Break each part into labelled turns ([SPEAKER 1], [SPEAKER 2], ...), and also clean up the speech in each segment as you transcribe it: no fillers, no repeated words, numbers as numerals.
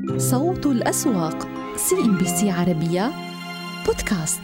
[SPEAKER 1] صوت الأسواق CNBC عربية بودكاست.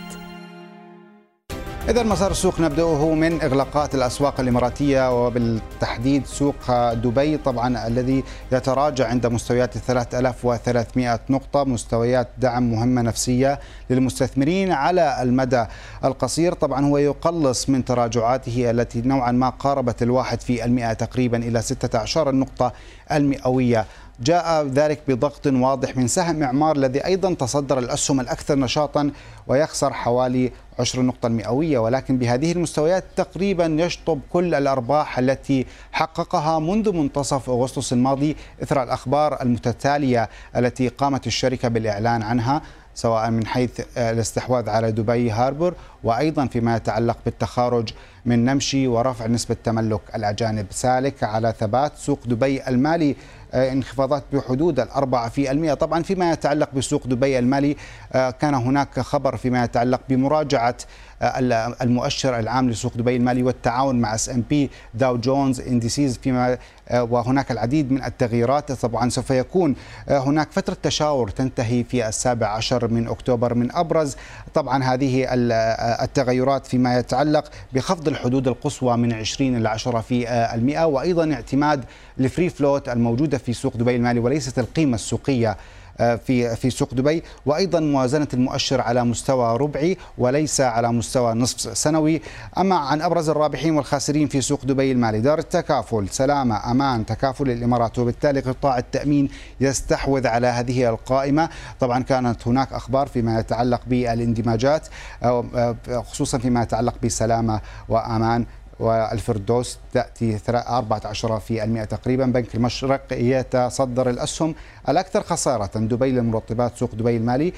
[SPEAKER 2] إذا مسار السوق نبدأه من إغلاقات الأسواق الإماراتية وبالتحديد سوق دبي طبعا الذي يتراجع عند مستويات 3300 نقطة، مستويات دعم مهمة نفسية للمستثمرين على المدى القصير. طبعا هو يقلص من تراجعاته التي نوعا ما قاربت 1% تقريبا إلى 16 النقطة المئوية. جاء ذلك بضغط واضح من سهم معمار الذي أيضا تصدر الأسهم الأكثر نشاطا ويخسر حوالي 10 نقطة المئوية، ولكن بهذه المستويات تقريبا يشطب كل الأرباح التي حققها منذ منتصف أغسطس الماضي إثر الأخبار المتتالية التي قامت الشركة بالإعلان عنها، سواء من حيث الاستحواذ على دبي هاربور وأيضا فيما يتعلق بالتخارج من نمشي ورفع نسبة تملك الأجانب. سالك على ثبات سوق دبي المالي انخفاضات بحدود 4%. طبعا فيما يتعلق بسوق دبي المالي كان هناك خبر فيما يتعلق بمراجعة المؤشر العام لسوق دبي المالي والتعاون مع S&P داو جونز انديسيز، فيما وهناك العديد من التغييرات. طبعا سوف يكون هناك فترة تشاور تنتهي في 17 من أكتوبر. من أبرز طبعا هذه التغيرات فيما يتعلق بخفض الحدود القصوى من 20 إلى 10%، وأيضا اعتماد الفري فلوت الموجودة في سوق دبي المالي وليست القيمة السوقية في سوق دبي، وأيضا موازنة المؤشر على مستوى ربعي وليس على مستوى نصف سنوي. أما عن أبرز الرابحين والخاسرين في سوق دبي المالي، دار التكافل، سلامة، أمان، تكافل الإمارات، وبالتالي قطاع التأمين يستحوذ على هذه القائمة. طبعا كانت هناك أخبار فيما يتعلق بالاندماجات خصوصا فيما يتعلق بسلامة وأمان والفردوس تأتي 14% تقريبا. بنك المشرق يتصدر الأسهم الأكثر خسارة، دبي للمرطبات سوق دبي المالي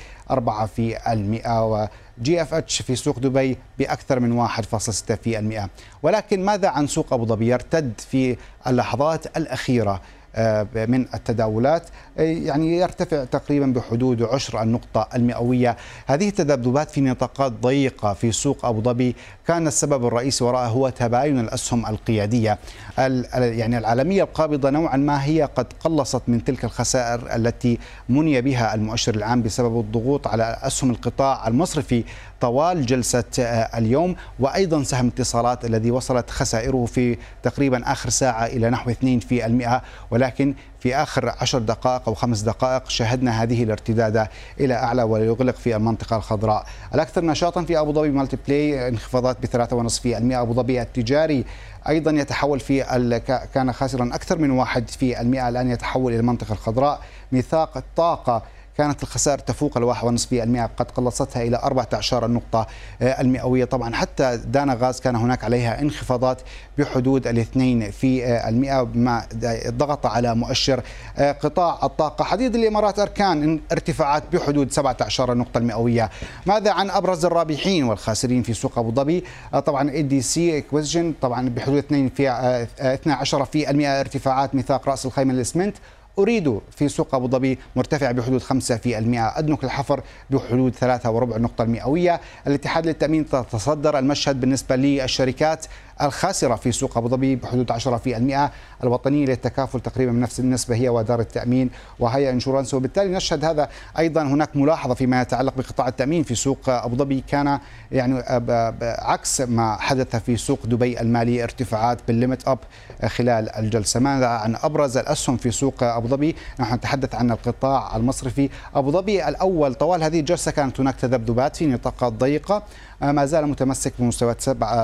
[SPEAKER 2] 4%، وجي اف اتش في سوق دبي بأكثر من 1.6%. ولكن ماذا عن سوق أبو ظبي؟ يرتد في اللحظات الأخيرة من التداولات، يعني يرتفع تقريبا بحدود 10 النقطة المئوية. هذه التذبذبات في نطاقات ضيقة في سوق أبو ظبي كان السبب الرئيسي وراءه هو تباين الأسهم القيادية. يعني العالمية القابضة نوعا ما هي قد قلصت من تلك الخسائر التي مني بها المؤشر العام بسبب الضغوط على أسهم القطاع المصرفي طوال جلسة اليوم، وأيضا سهم اتصالات الذي وصلت خسائره في تقريبا آخر ساعة إلى نحو 2%، ولكن في آخر 10 دقائق أو 5 دقائق شاهدنا هذه الارتداد إلى أعلى ويغلق في المنطقة الخضراء. الأكثر نشاطا في أبو ظبي مالتي بلاي انخفاضات ب3.5%. أبو ظبي التجاري أيضا يتحول كان خاسرا أكثر من 1%، الآن يتحول إلى المنطقة الخضراء. ميثاق الطاقة كانت الخسائر تفوق 1.5%، قد قلصتها إلى 14 النقطة المئوية. طبعا حتى دانا غاز كان هناك عليها انخفاضات بحدود 2%، بما ضغط على مؤشر قطاع الطاقة. حديد الإمارات أركان ارتفاعات بحدود 17 النقطة المئوية. ماذا عن أبرز الرابحين والخاسرين في سوق أبو ظبي؟ طبعا ADC اكويزيشن طبعا بحدود 12% ارتفاعات. ميثاق رأس الخيمة الإسمنت أريد في سوق أبو ظبي مرتفع بحدود 5%. أدنك الحفر بحدود 3.25 النقطة المئوية. الاتحاد للتأمين تتصدر المشهد بالنسبة للشركات الخاسرة في سوق أبو ظبي بحدود 10%. الوطنية للتكافل تقريبا بنفس النسبة هي ودار التأمين وهي انشورنس. وبالتالي نشهد هذا أيضا هناك ملاحظة فيما يتعلق بقطاع التأمين في سوق أبو ظبي، كان يعني عكس ما حدث في سوق دبي المالي، ارتفاعات بالليمت أب خلال الجلسة. ماذا عن أبرز الأسهم في سوق أبو ظبي؟ نحن نتحدث عن القطاع المصرفي. أبو ظبي الأول طوال هذه الجلسة كانت هناك تذبذبات في نطاقات ضيقة، ما زال متمسك بمستويات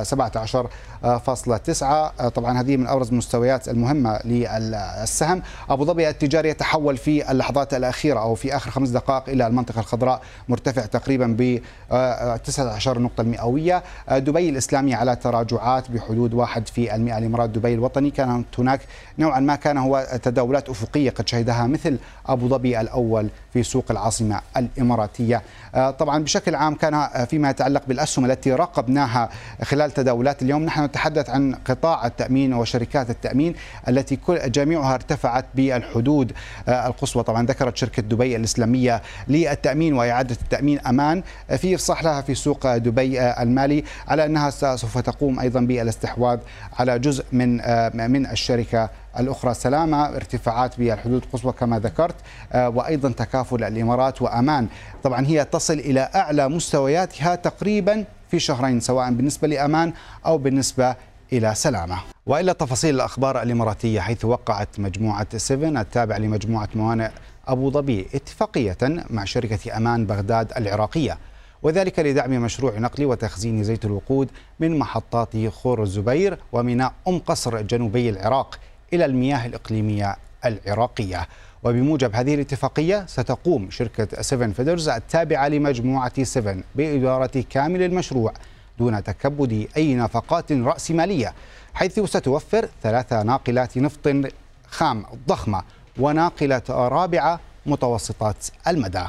[SPEAKER 2] 17.9. طبعا هذه من أبرز المستويات المهمة للسهم. أبو ظبي التجاري يتحول في اللحظات الأخيرة أو في آخر 5 دقائق إلى المنطقة الخضراء، مرتفع تقريبا ب 19 نقطة المئوية. دبي الإسلامي على تراجعات بحدود 1%. الإمارات دبي الوطني كانت هناك نوعا ما كان هو تداولات أفقية قد شهدها مثل أبو ظبي الأول في سوق العاصمة الإماراتية. طبعا بشكل عام كان فيما يتعلق بالأسهم التي راقبناها خلال تداولات اليوم، نحن نتحدث عن قطاع التأمين وشركات التأمين التي جميعها ارتفعت بالحدود القصوى. طبعا ذكرت شركة دبي الإسلامية للتأمين وإعادة التأمين أمان في إفصاح لها في سوق دبي المالي على أنها سوف تقوم أيضا بالاستحواذ على جزء من الشركة الأخرى سلامة، ارتفاعات بالحدود القصوى كما ذكرت، وأيضا تكافل الإمارات وأمان. طبعا هي تصل إلى أعلى مستوياتها تقريبا في شهرين، سواء بالنسبة لأمان أو بالنسبة إلى سلامة. وإلى تفاصيل الأخبار الإماراتية، حيث وقعت مجموعة 7 التابعة لمجموعة موانئ أبو ظبي اتفاقية مع شركة أمان بغداد العراقية، وذلك لدعم مشروع نقل وتخزين زيت الوقود من محطات خور الزبير وميناء أم قصر جنوبي العراق إلى المياه الإقليمية العراقية. وبموجب هذه الاتفاقية ستقوم شركة 7 فيدرز التابعة لمجموعة 7 بإدارة كامل المشروع دون تكبد أي نفقات رأسمالية، حيث ستوفر 3 ناقلات نفط خام ضخمة وناقلة رابعة متوسطات المدى.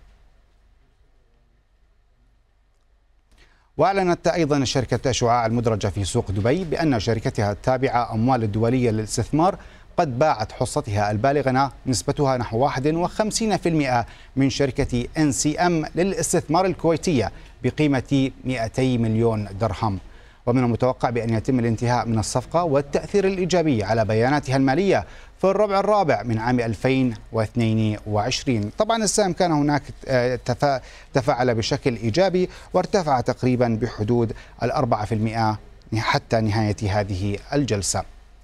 [SPEAKER 2] وأعلنت أيضا شركة شعاع المدرجة في سوق دبي بأن شركتها التابعة أموال الدولية للاستثمار قد باعت حصتها البالغة نسبتها نحو 51% من شركة NCM للاستثمار الكويتية بقيمة 200 مليون درهم. ومن المتوقع بأن يتم الانتهاء من الصفقة والتأثير الإيجابي على بياناتها المالية في الربع الرابع من عام 2022. طبعا السهم كان هناك تفاعل بشكل إيجابي وارتفع تقريبا بحدود 4% حتى نهاية هذه الجلسة.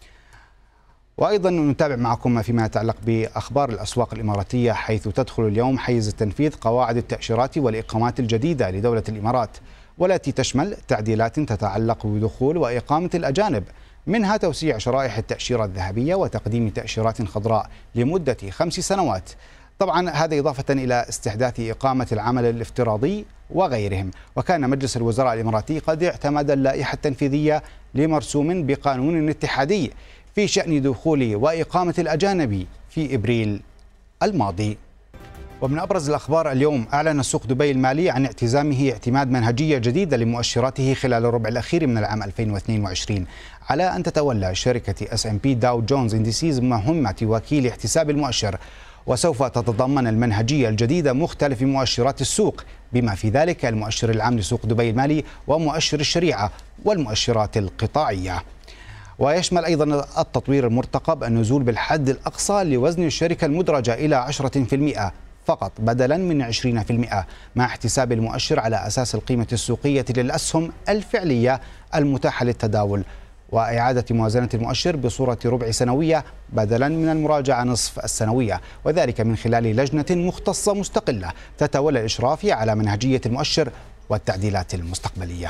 [SPEAKER 2] وأيضا نتابع معكم فيما يتعلق بأخبار الأسواق الإماراتية، حيث تدخل اليوم حيز التنفيذ قواعد التأشيرات والإقامات الجديدة لدولة الإمارات، والتي تشمل تعديلات تتعلق بدخول وإقامة الأجانب، منها توسيع شرائح التأشيرة الذهبية وتقديم تأشيرات خضراء لمدة 5 سنوات. طبعا هذا إضافة إلى استحداث إقامة العمل الافتراضي وغيرهم. وكان مجلس الوزراء الإماراتي قد اعتمد اللائحة التنفيذية لمرسوم بقانون اتحادي في شأن دخول وإقامة الأجانب في إبريل الماضي. ومن أبرز الأخبار اليوم، أعلن سوق دبي المالي عن اعتزامه اعتماد منهجية جديدة لمؤشراته خلال الربع الأخير من العام 2022، على أن تتولى شركة S&P داو جونز انديسيز مهمة وكيل احتساب المؤشر. وسوف تتضمن المنهجية الجديدة مختلف مؤشرات السوق، بما في ذلك المؤشر العام لسوق دبي المالي ومؤشر الشريعة والمؤشرات القطاعية. ويشمل أيضا التطوير المرتقب النزول بالحد الأقصى لوزن الشركة المدرجة إلى 10% فقط بدلا من 20%، مع احتساب المؤشر على أساس القيمة السوقية للأسهم الفعلية المتاحة للتداول، وإعادة موازنة المؤشر بصورة ربع سنوية بدلا من المراجعة نصف السنوية، وذلك من خلال لجنة مختصة مستقلة تتولى الإشراف على منهجية المؤشر والتعديلات المستقبلية.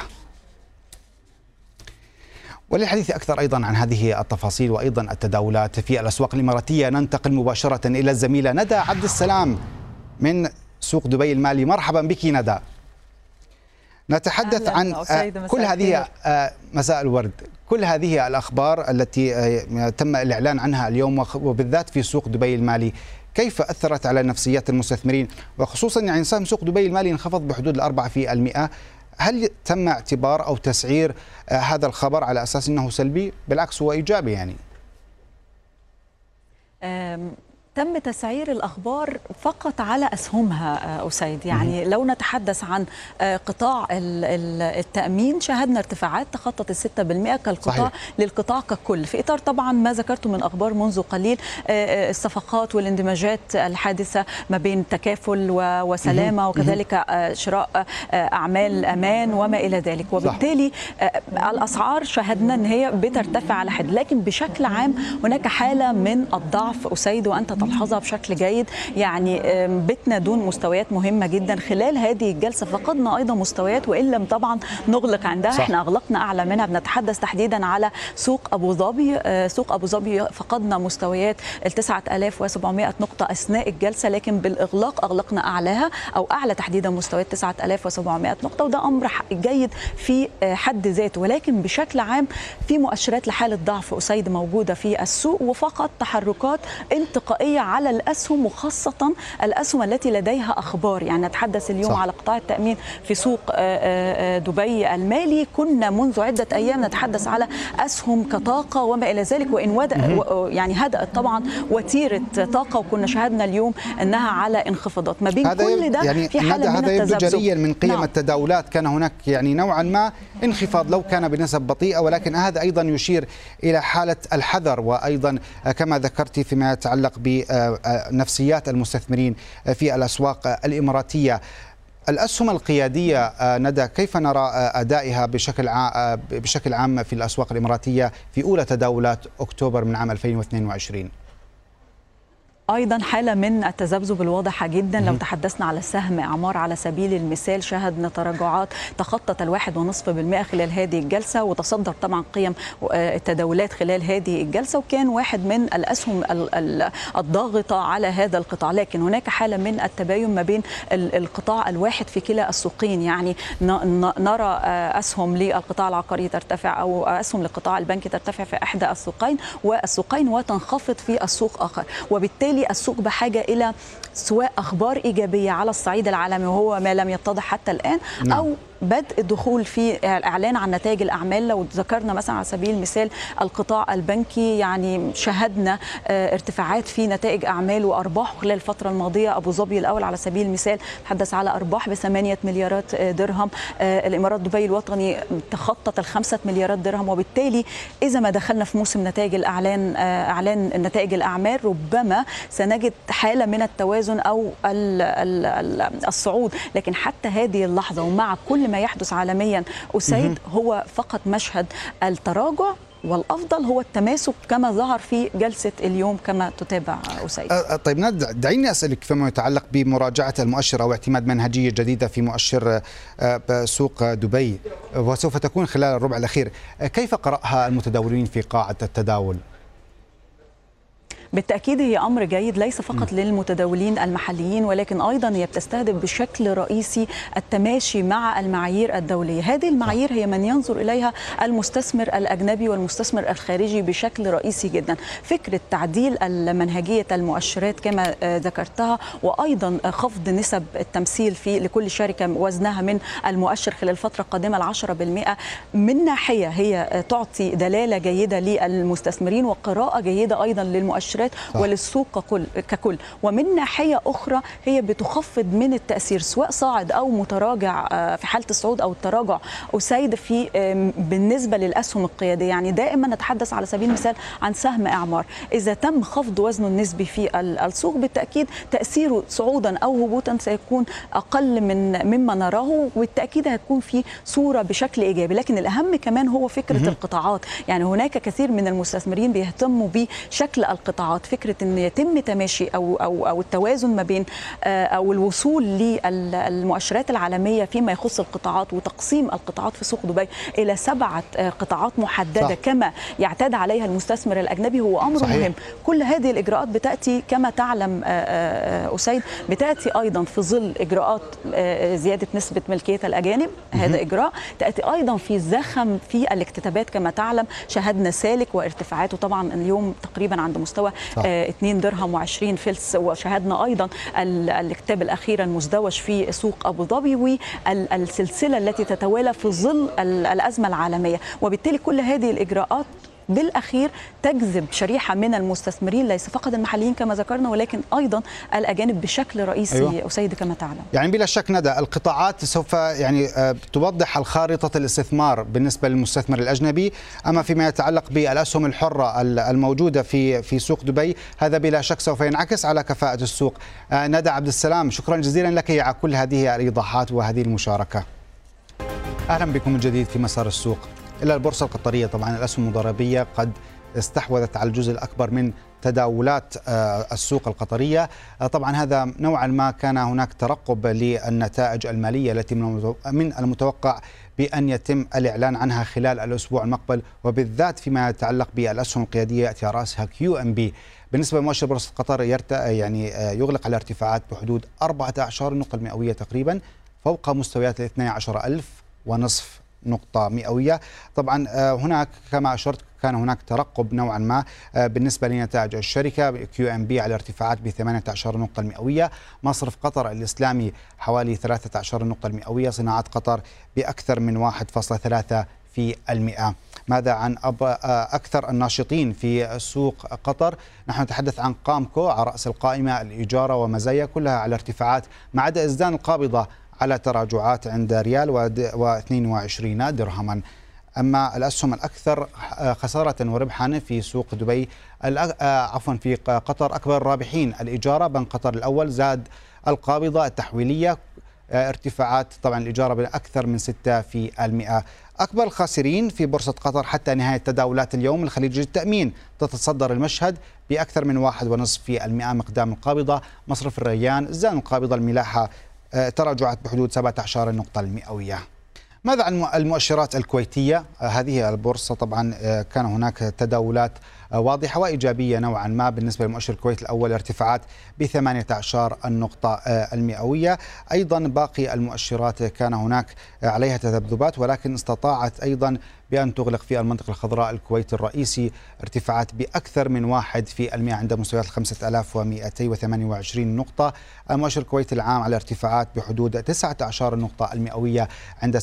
[SPEAKER 2] وللحديث أكثر أيضا عن هذه التفاصيل وأيضا التداولات في الأسواق الإماراتية، ننتقل مباشرة إلى الزميلة ندى عبد السلام من سوق دبي المالي. مرحبا بك ندى. نتحدث عن كل هذه مساء الورد، كل هذه الأخبار التي تم الإعلان عنها اليوم وبالذات في سوق دبي المالي، كيف أثرت على نفسيات المستثمرين، وخصوصا يعني سهم سوق دبي المالي انخفض بحدود 4%؟ هل تم اعتبار أو تسعير هذا الخبر على أساس أنه سلبي؟ بالعكس هو إيجابي يعني.
[SPEAKER 3] تم تسعير الأخبار فقط على أسهمها أسيد، يعني لو نتحدث عن قطاع التأمين شاهدنا ارتفاعات تخطت 6% كالقطاع صحيح. للقطاع ككل، في إطار طبعا ما ذكرته من أخبار منذ قليل، الصفقات والاندماجات الحادثة ما بين تكافل وسلامة وكذلك شراء أعمال أمان وما إلى ذلك، وبالتالي الأسعار شاهدنا أن هي بترتفع على حد، لكن بشكل عام هناك حالة من الضعف أسيد وأنت تلحظها بشكل جيد، يعني بتنا دون مستويات مهمة جدا خلال هذه الجلسة، فقدنا أيضا مستويات وإن لم طبعا نغلق عندها صح. احنا أغلقنا أعلى منها، بنتحدث تحديدا على سوق أبو ظبي. سوق أبو ظبي فقدنا مستويات 9700 نقطة أثناء الجلسة، لكن بالإغلاق أغلقنا أعلاها أو أعلى تحديدا مستويات 9700 نقطة، وده أمر جيد في حد ذاته، ولكن بشكل عام في مؤشرات لحالة ضعف أسيد موجودة في السوق، وفقط تحركات انتقائية إيجابية على الأسهم، وخاصة الأسهم التي لديها أخبار. يعني نتحدث اليوم على قطاع التأمين في سوق دبي المالي. كنا منذ عدة أيام نتحدث على أسهم كطاقة وما إلى ذلك، وإن يعني هدأت طبعا وتيرة طاقة، وكنا شاهدنا اليوم أنها على انخفاضات. ما بين كل ده
[SPEAKER 2] يعني
[SPEAKER 3] في حالة من
[SPEAKER 2] هذا يبدو جليا من قيم
[SPEAKER 3] نعم.
[SPEAKER 2] التداولات. كان هناك يعني نوعا ما انخفاض لو كان بنسب بطيئة، ولكن هذا أيضا يشير إلى حالة الحذر، وأيضا كما ذكرت فيما يتعلق بنفسيات المستثمرين في الأسواق الإماراتية. الأسهم القيادية ندى، كيف نرى أدائها بشكل عام في الأسواق الإماراتية في أولى تداولات أكتوبر من عام 2022؟
[SPEAKER 3] أيضا حالة من التذبذب الواضحة جدا. لو تحدثنا على سهم إعمار على سبيل المثال، شهدنا تراجعات تخطت 1.5% خلال هذه الجلسة، وتصدر طبعا قيم التداولات خلال هذه الجلسة، وكان واحد من الأسهم الضاغطة على هذا القطاع. لكن هناك حالة من التباين ما بين القطاع الواحد في كلا السوقين. يعني نرى أسهم للقطاع العقاري ترتفع، أو أسهم للقطاع البنكي ترتفع في إحدى السوقين وتنخفض في السوق آخر. وبالتالي السوق بحاجة إلى سواء أخبار إيجابية على الصعيد العالمي، وهو ما لم يتضح حتى الآن، أو بدء الدخول في اعلان عن نتائج الاعمال. لو ذكرنا مثلا على سبيل المثال القطاع البنكي، يعني شهدنا ارتفاعات في نتائج اعمال وارباح خلال الفتره الماضيه. ابو ظبي الاول على سبيل المثال تحدث على ارباح ب8 مليارات درهم، الامارات دبي الوطني تخطت 5 مليارات درهم. وبالتالي اذا ما دخلنا في موسم نتائج الاعلان، اعلان نتائج الاعمال، ربما سنجد حاله من التوازن او الصعود. لكن حتى هذه اللحظه ومع كل ما يحدث عالميا أسيد، هو فقط مشهد التراجع، والأفضل هو التماسك كما ظهر في جلسة اليوم كما تتابع أسيد.
[SPEAKER 2] طيب دعيني أسألك فيما يتعلق بمراجعة المؤشر أو اعتماد منهجية جديدة في مؤشر سوق دبي، وسوف تكون خلال الربع الأخير. كيف قرأها المتداولين في قاعة التداول؟
[SPEAKER 3] بالتأكيد هي أمر جيد ليس فقط للمتداولين المحليين، ولكن أيضا هي بتستهدف بشكل رئيسي التماشي مع المعايير الدولية. هذه المعايير هي من ينظر إليها المستثمر الأجنبي والمستثمر الخارجي بشكل رئيسي جدا. فكرة تعديل منهجية المؤشرات كما ذكرتها، وأيضا خفض نسب التمثيل في لكل شركة وزنها من المؤشر خلال الفترة القادمة 10%، من ناحية هي تعطي دلالة جيدة للمستثمرين وقراءة جيدة أيضا للمؤشرات وللسوق ككل. ومن ناحية أخرى هي بتخفض من التأثير سواء صاعد أو متراجع في حالة الصعود أو التراجع أسيد في بالنسبة للأسهم القيادية. يعني دائما نتحدث على سبيل المثال عن سهم إعمار، إذا تم خفض وزنه النسبي في السوق بالتأكيد تأثيره صعودا أو هبوطا سيكون أقل مما نراه، وبالتأكيد هتكون في صورة بشكل إيجابي. لكن الأهم كمان هو فكرة القطاعات. يعني هناك كثير من المستثمرين بيهتموا بشكل القطاعات، فكرة أن يتم تماشي أو التوازن ما بين أو الوصول للمؤشرات العالمية فيما يخص القطاعات، وتقسيم القطاعات في سوق دبي إلى 7 قطاعات محددة صح. كما يعتاد عليها المستثمر الأجنبي، هو أمر صحيح. مهم. كل هذه الإجراءات بتأتي كما تعلم أسيد، بتأتي أيضا في ظل إجراءات زيادة نسبة ملكية الأجانب، هذا إجراء. تأتي أيضا في زخم في الاكتتابات كما تعلم، شهدنا سالك وارتفاعاته طبعا اليوم تقريبا عند مستوى 2 درهم و20 فلس، وشاهدنا أيضا الاكتتاب الأخير المزدوج في سوق أبو ظبي والسلسلة التي تتوالى في ظل الأزمة العالمية. وبالتالي كل هذه الإجراءات بالأخير تجذب شريحة من المستثمرين ليس فقط المحليين كما ذكرنا، ولكن أيضا الأجانب بشكل رئيسي. أيوة. أسيد كما تعلم، يعني
[SPEAKER 2] بلا شك ندى القطاعات سوف توضح الخارطة الاستثمار بالنسبة للمستثمر الأجنبي. أما فيما يتعلق بالأسهم الحرة الموجودة في سوق دبي، هذا بلا شك سوف ينعكس على كفاءة السوق. ندى عبد السلام، شكرا جزيلا لك على كل هذه الإيضاحات وهذه المشاركة. أهلا بكم من جديد في مسار السوق. إلى البورصة القطرية، طبعا الأسهم المضاربية قد استحوذت على الجزء الأكبر من تداولات السوق القطرية. طبعا هذا نوعا ما كان هناك ترقب للنتائج المالية التي من المتوقع بأن يتم الإعلان عنها خلال الأسبوع المقبل، وبالذات فيما يتعلق بالأسهم القيادية يأتي رأسها QNB. بالنسبة لمؤشر بورصة قطر يغلق على ارتفاعات بحدود 14 نقطة مئوية تقريبا، فوق مستويات 12,500 نقطة مئوية. طبعا هناك كما أشرت كان هناك ترقب نوعا ما بالنسبة لنتائج الشركة. QNB على ارتفاعات ب 18 نقطة المئوية، مصرف قطر الإسلامي حوالي 13 نقطة المئوية، صناعات قطر بأكثر من 1.3%. ماذا عن أكثر الناشطين في سوق قطر؟ نحن نتحدث عن قامكو على رأس القائمة، الإجارة ومزايا كلها على ارتفاعات، ما عدا إزدان القابضة على تراجعات عند ريال و22 درهما. أما الأسهم الأكثر خسارة وربحا في سوق دبي في قطر، أكبر الرابحين الإجارة، بنك قطر الأول زاد القابضة التحويلية، ارتفاعات طبعا الإجارة بأكثر من 6%. أكبر الخاسرين في بورصة قطر حتى نهاية تداولات اليوم الخليج للتأمين، تتصدر المشهد بأكثر من 1.5% مقدام القابضة. مصرف الريان زان القابضة الملاحة، تراجعات بحدود 17 نقطة المئوية. ماذا عن المؤشرات الكويتية؟ هذه البورصة طبعا كان هناك تداولات واضحة وإيجابية نوعا ما بالنسبة لمؤشر الكويت الأول، ارتفاعات ب 18 النقطة المئوية. أيضا باقي المؤشرات كان هناك عليها تذبذبات، ولكن استطاعت أيضا بأن تغلق في المنطقة الخضراء الكويت الرئيسي، ارتفاعات بأكثر من 1% عند مستويات 5228 نقطة. المؤشر الكويت العام على ارتفاعات بحدود 19 نقطة المئوية عند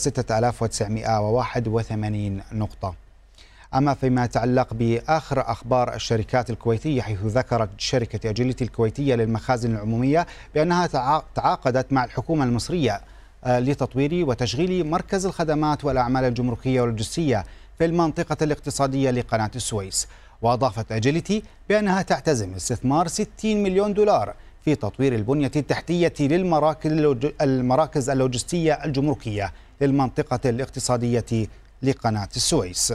[SPEAKER 2] 6981 نقطة. أما فيما يتعلق بآخر أخبار الشركات الكويتية، حيث ذكرت شركة أجيلتي الكويتية للمخازن العمومية بأنها تعاقدت مع الحكومة المصرية لتطوير وتشغيل مركز الخدمات والأعمال الجمركية واللوجستية في المنطقة الاقتصادية لقناة السويس. وأضافت أجيلتي بأنها تعتزم استثمار 60 مليون دولار في تطوير البنية التحتية للمراكز اللوجستية الجمركية للمنطقة الاقتصادية لقناة السويس.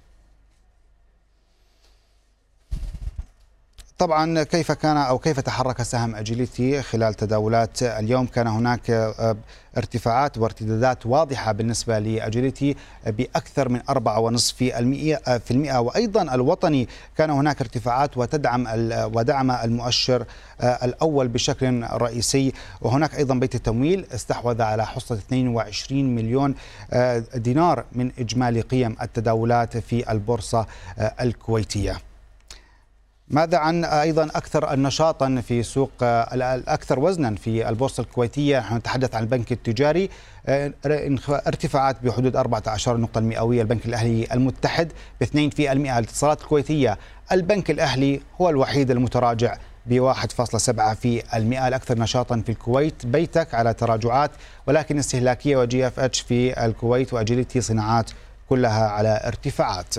[SPEAKER 2] طبعا كيف تحرك سهم أجيلتي خلال تداولات اليوم؟ كان هناك ارتفاعات وارتدادات واضحة بالنسبة لأجيلتي بأكثر من 4.5%، وأيضا الوطني كان هناك ارتفاعات ودعم المؤشر الأول بشكل رئيسي. وهناك أيضا بيت التمويل استحوذ على حصة 22 مليون دينار من إجمالي قيم التداولات في البورصة الكويتية. ماذا عن أيضا أكثر نشاطا في سوق الأكثر وزنا في البورصة الكويتية؟ نحن نتحدث عن البنك التجاري، ارتفاعات بحدود 14 نقطة المئوية. البنك الأهلي المتحد ب 2%. الاتصالات الكويتية، البنك الأهلي هو الوحيد المتراجع ب 1.7%. الأكثر نشاطا في الكويت بيتك على تراجعات، ولكن استهلاكية وGFH في الكويت وأجيلتي صناعات كلها على ارتفاعات.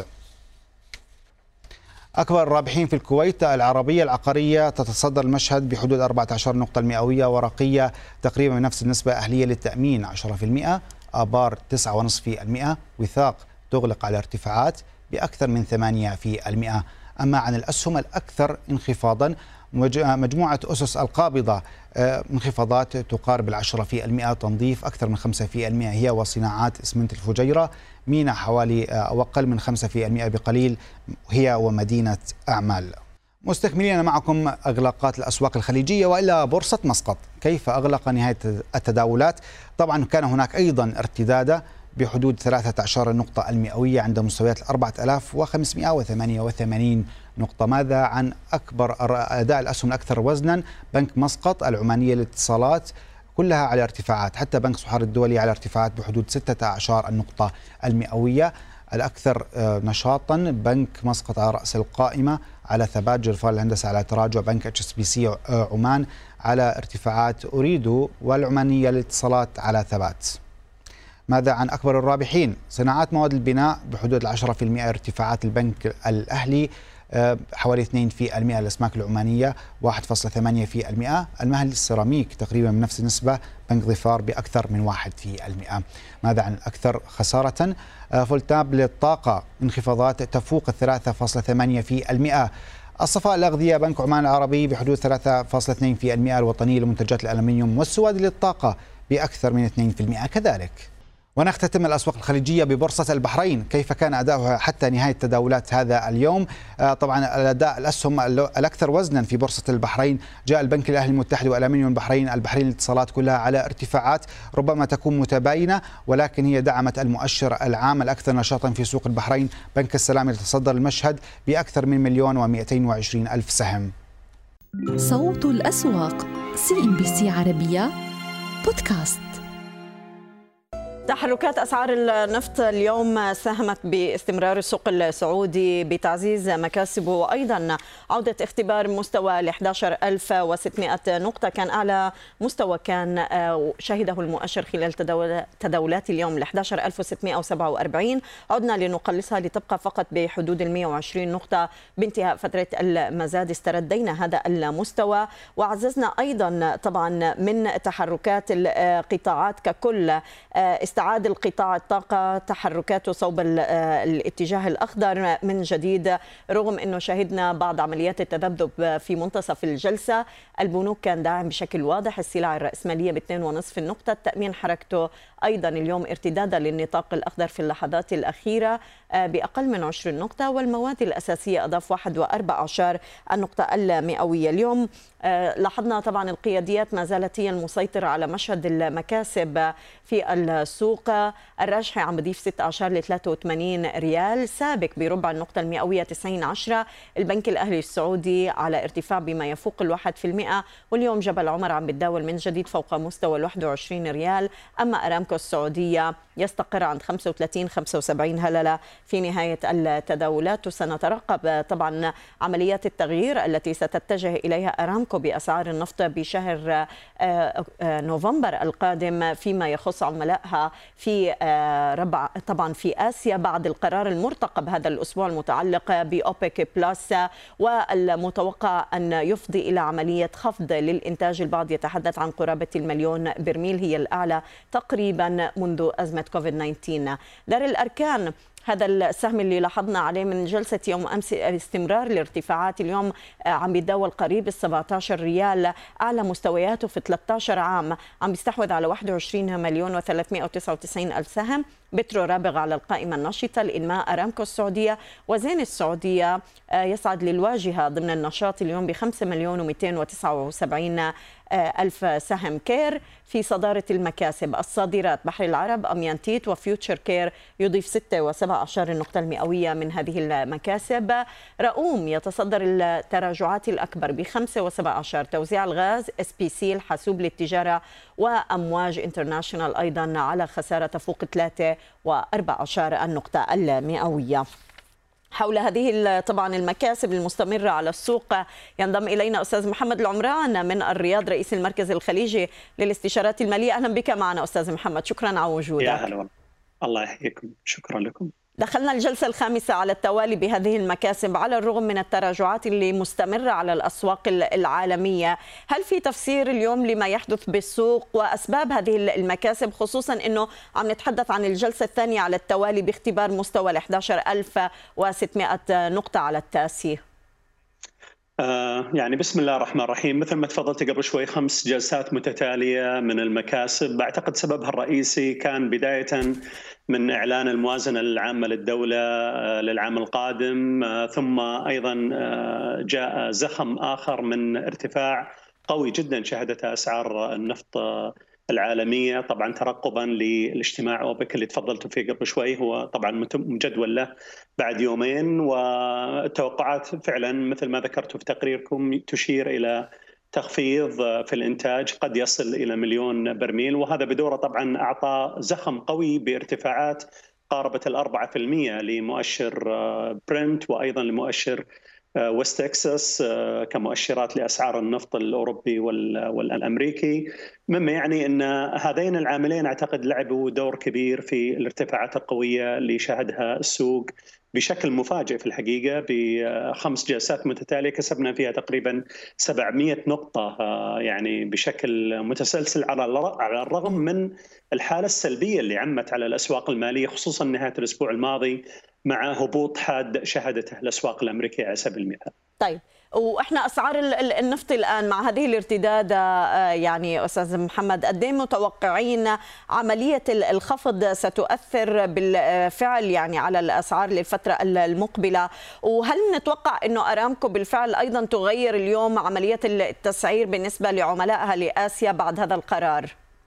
[SPEAKER 2] أكبر الرابحين في الكويت العربية العقارية تتصدر المشهد بحدود 14 نقطة المئوية، ورقية تقريبا بنفس النسبة، أهلية للتأمين 10%، آبار 9.5%، وثاق تغلق على ارتفاعات بأكثر من 8%. أما عن الأسهم الأكثر انخفاضا، مجموعة أسس القابضة انخفاضات تقارب 10%، تنظيف أكثر من 5%، هي وصناعات إسمنت الفجيرة، مينا حوالي أو أقل من 5% بقليل، هي ومدينة أعمال. مستكملين معكم إغلاقات الأسواق الخليجية وإلى بورصة مسقط. كيف أغلق نهاية التداولات؟ طبعا كان هناك أيضا ارتداد بحدود 13 نقطة المئوية عند مستويات 4588 نقطة. ماذا عن أكبر أداء الأسهم الأكثر وزنا؟ بنك مسقط العمانية للاتصالات كلها على ارتفاعات، حتى بنك صحار الدولي على ارتفاعات بحدود 16 النقطة المئوية. الأكثر نشاطا بنك مسقط على رأس القائمة على ثبات، جرفال الهندسة على تراجع، بنك HSBC عمان على ارتفاعات، أريدو والعمانية للاتصالات على ثبات. ماذا عن أكبر الرابحين؟ صناعات مواد البناء بحدود 10%، ارتفاعات البنك الأهلي حوالي 2%، الأسماك العمانية 1.8%، المهل السيراميك تقريبا من نفس النسبة، بنك ظفار بأكثر من 1%. ماذا عن الأكثر خسارة؟ فولتاب للطاقة انخفاضات تفوق 3.8%. الصفاء الأغذية بنك عمان العربي بحدود 3.2%، الوطنية لمنتجات الألمنيوم والسواد للطاقة بأكثر من 2% كذلك. ونختتم الأسواق الخليجية ببورصة البحرين، كيف كان أداؤها حتى نهاية تداولات هذا اليوم؟ طبعا الأداء الأسهم الأكثر وزنا في بورصة البحرين جاء البنك الأهلي المتحد والألمنيوم البحرين للاتصالات كلها على ارتفاعات ربما تكون متباينة، ولكن هي دعمت المؤشر العام الأكثر نشاطا في سوق البحرين. بنك السلام يتصدر المشهد بأكثر من 1,220,000 سهم.
[SPEAKER 1] صوت الأسواق CNBC عربية بودكاست.
[SPEAKER 4] تحركات أسعار النفط اليوم ساهمت باستمرار السوق السعودي بتعزيز مكاسبه، وأيضا عودة اختبار مستوى ال 11,600 نقطة. كان أعلى مستوى كان شهده المؤشر خلال تداولات اليوم ال 11,647. عدنا لنقلصها لتبقى فقط بحدود ال 120 نقطة بانتهاء فترة المزاد. استردينا هذا المستوى وعززنا أيضا طبعا من تحركات القطاعات ككل. استعاد القطاع الطاقة تحركاته صوب الاتجاه الأخضر من جديد، رغم أنه شهدنا بعض عمليات التذبذب في منتصف الجلسة. البنوك كان داعم بشكل واضح، السلع الرأسمالية ب2.5 النقطة، التأمين حركته أيضا اليوم ارتدادا للنطاق الأخضر في اللحظات الأخيرة بأقل من 20 نقطة، والمواد الأساسية أضاف 1.14 النقطة المئوية. اليوم لاحظنا طبعا القياديات ما زالت هي المسيطرة على مشهد المكاسب في السوق. الراجحي عم بضيف 16 ل 83 ريال، سابق بربع النقطة المئوية 90.10. البنك الأهلي السعودي على ارتفاع بما يفوق 1%، واليوم جبل عمر عم بتداول من جديد فوق مستوى 21 ريال. أما أرامكو السعودية يستقر عند 35-75 هللة في نهاية التداولات. وسنترقب طبعا عمليات التغيير التي ستتجه إليها أرامكو بأسعار النفط بشهر نوفمبر القادم فيما يخص عملائها في طبعا في آسيا، بعد القرار المرتقب هذا الأسبوع المتعلق بأوبك بلس، والمتوقع أن يفضي إلى عملية خفض للإنتاج. البعض يتحدث عن قرابة 1,000,000 برميل، هي الأعلى تقريبا منذ أزمة كوفيد-19. دار الأركان هذا السهم اللي لاحظنا عليه من جلسة يوم أمس استمرار الارتفاعات، اليوم عم بيتداول قريب ال 17 ريال، أعلى مستوياته في 13 عام، عم بيستحوذ على 21,399,000 سهم. بترو رابغ على القائمة النشطة، الإنماء أرامكو السعودية وزين السعودية يصعد للواجهة ضمن النشاط اليوم ب 5,279,000 سهم. كير في صدارة المكاسب، الصادرات بحر العرب، أميانتيت وفيوتشر كير يضيف 6.17 النقطة المئوية من هذه المكاسب. رؤوم يتصدر التراجعات الأكبر ب 5.17، توزيع الغاز SPC الحاسوب للتجارة وأمواج انترناشونال أيضا على خسارة تفوق 3.14 النقطة المئوية. حول هذه طبعا المكاسب المستمرة على السوق ينضم إلينا أستاذ محمد العمران من الرياض، رئيس المركز الخليجي للاستشارات المالية. أهلا بك معنا أستاذ محمد، شكرا على وجودك.
[SPEAKER 5] يا هلا، الله يحييكم، شكرا لكم.
[SPEAKER 4] دخلنا الجلسة الخامسة على التوالي بهذه المكاسب على الرغم من التراجعات اللي مستمرة على الأسواق العالمية. هل في تفسير اليوم لما يحدث بالسوق وأسباب هذه المكاسب، خصوصا أنه عم نتحدث عن الجلسة الثانية على التوالي باختبار مستوى 11,600 نقطة على التاسي؟
[SPEAKER 5] يعني بسم الله الرحمن الرحيم، مثل ما تفضلت قبل شوي 5 جلسات متتالية من المكاسب. أعتقد سببها الرئيسي كان بداية من إعلان الموازنة العامة للدولة للعام القادم، ثم أيضا جاء زخم آخر من ارتفاع قوي جدا شهدته أسعار النفط العالمية، طبعا ترقبا للاجتماع أوبك اللي تفضلت فيه قبل شوي، هو طبعا مجدول له بعد يومين، والتوقعات فعلا مثل ما ذكرتوا في تقريركم تشير إلى تخفيض في الإنتاج قد يصل إلى 1,000,000 برميل، وهذا بدوره طبعا أعطى زخم قوي بارتفاعات قاربة 4% لمؤشر برنت وأيضا لمؤشر وست تكساس كمؤشرات لأسعار النفط الأوروبي والأمريكي، مما يعني أن هذين العاملين أعتقد لعبوا دور كبير في الارتفاعات القوية اللي شهدها السوق بشكل مفاجئ. في الحقيقة ب5 جلسات متتالية كسبنا فيها تقريبا 700 نقطة يعني بشكل متسلسل، على الرغم من الحالة السلبية اللي عمت على الأسواق المالية خصوصا نهاية الأسبوع الماضي مع هبوط حاد شهدته الأسواق الأمريكية على سبيل المثال.
[SPEAKER 4] طيب واحنا اسعار النفط الان مع هذه الارتداد يعني استاذ محمد، قد ايه متوقعين عمليه الخفض ستؤثر بالفعل يعني على الاسعار للفتره المقبله؟ وهل نتوقع انه ارامكو بالفعل ايضا تغير اليوم عمليه التسعير بالنسبه لعملائها لاسيا بعد هذا القرار؟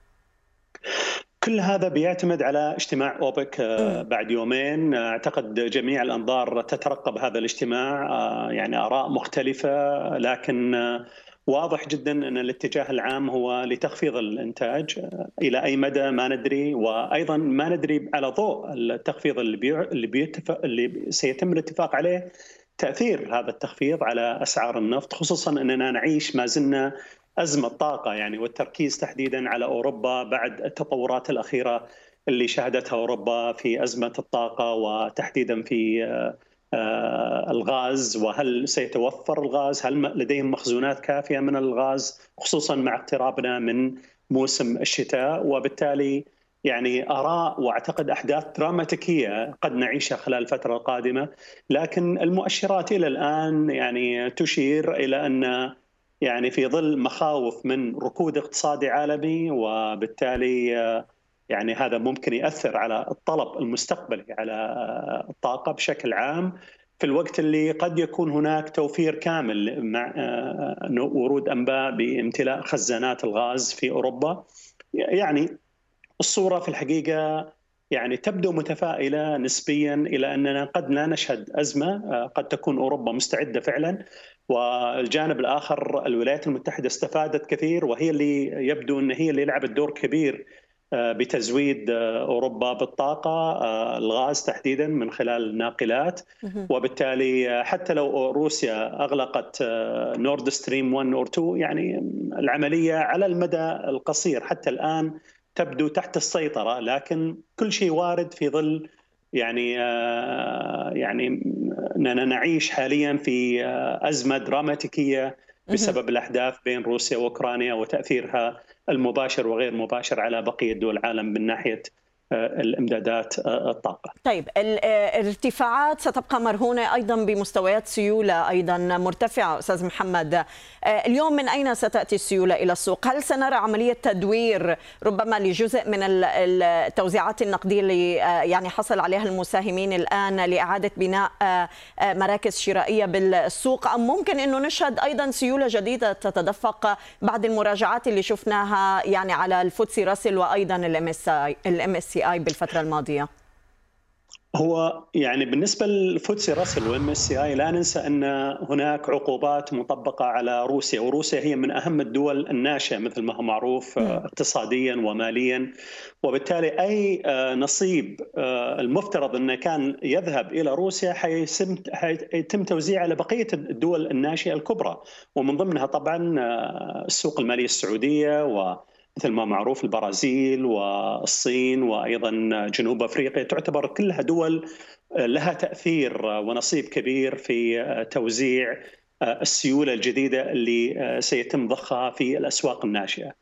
[SPEAKER 5] كل هذا بيعتمد على اجتماع أوبك بعد يومين. أعتقد جميع الأنظار تترقب هذا الاجتماع، يعني آراء مختلفة، لكن واضح جدا أن الاتجاه العام هو لتخفيض الإنتاج. إلى أي مدى ما ندري، وأيضا ما ندري على ضوء التخفيض اللي سيتم الاتفاق عليه تأثير هذا التخفيض على أسعار النفط، خصوصا أننا نعيش ما زلنا أزمة طاقة يعني، والتركيز تحديدا على أوروبا بعد التطورات الأخيرة اللي شهدتها أوروبا في أزمة الطاقة، وتحديدا في الغاز. وهل سيتوفر الغاز؟ هل لديهم مخزونات كافية من الغاز، خصوصا مع اقترابنا من موسم الشتاء؟ وبالتالي يعني آراء واعتقد أحداث دراماتيكية قد نعيشها خلال الفترة القادمة، لكن المؤشرات إلى الآن يعني تشير إلى أن يعني في ظل مخاوف من ركود اقتصادي عالمي، وبالتالي يعني هذا ممكن يأثر على الطلب المستقبلي على الطاقة بشكل عام، في الوقت اللي قد يكون هناك توفير كامل مع ورود أنباء بامتلاء خزانات الغاز في أوروبا. يعني الصورة في الحقيقة يعني تبدو متفائلة نسبيا إلى أننا قد لا نشهد أزمة، قد تكون أوروبا مستعدة فعلا. والجانب الآخر الولايات المتحدة استفادت كثير، وهي اللي يبدو أن هي اللي لعبت دور كبير بتزويد أوروبا بالطاقة، الغاز تحديدا من خلال الناقلات. وبالتالي حتى لو روسيا أغلقت نورد ستريم 1 أو 2، يعني العملية على المدى القصير حتى الآن تبدو تحت السيطرة، لكن كل شيء وارد في ظل يعني أننا نعيش حاليا في أزمة دراماتيكية بسبب الأحداث بين روسيا وأوكرانيا وتأثيرها المباشر وغير مباشر على بقية دول العالم من ناحية الامدادات الطاقة.
[SPEAKER 4] طيب الارتفاعات ستبقى مرهونة أيضا بمستويات سيولة أيضا مرتفعة أستاذ محمد. اليوم من أين ستأتي السيولة إلى السوق؟ هل سنرى عملية تدوير ربما لجزء من التوزيعات النقدية اللي يعني حصل عليها المساهمين الآن لإعادة بناء مراكز شرائية بالسوق، أم ممكن أنه نشهد أيضا سيولة جديدة تتدفق بعد المراجعات اللي شفناها يعني على الفوتسي راسل وأيضا الMSCI بالفترة الماضية؟
[SPEAKER 5] هو يعني بالنسبة للفوتسي راسل والMSCI لا ننسى أن هناك عقوبات مطبقة على روسيا، وروسيا هي من أهم الدول الناشئة مثل ما هو معروف اقتصاديا وماليا، وبالتالي أي نصيب المفترض أنه كان يذهب إلى روسيا حيتم توزيعه على بقية الدول الناشئة الكبرى، ومن ضمنها طبعا السوق المالية السعودية، مثل ما معروف البرازيل والصين وأيضا جنوب أفريقيا، تعتبر كلها دول لها تأثير ونصيب كبير في توزيع السيولة الجديدة اللي سيتم ضخها في الأسواق الناشئة.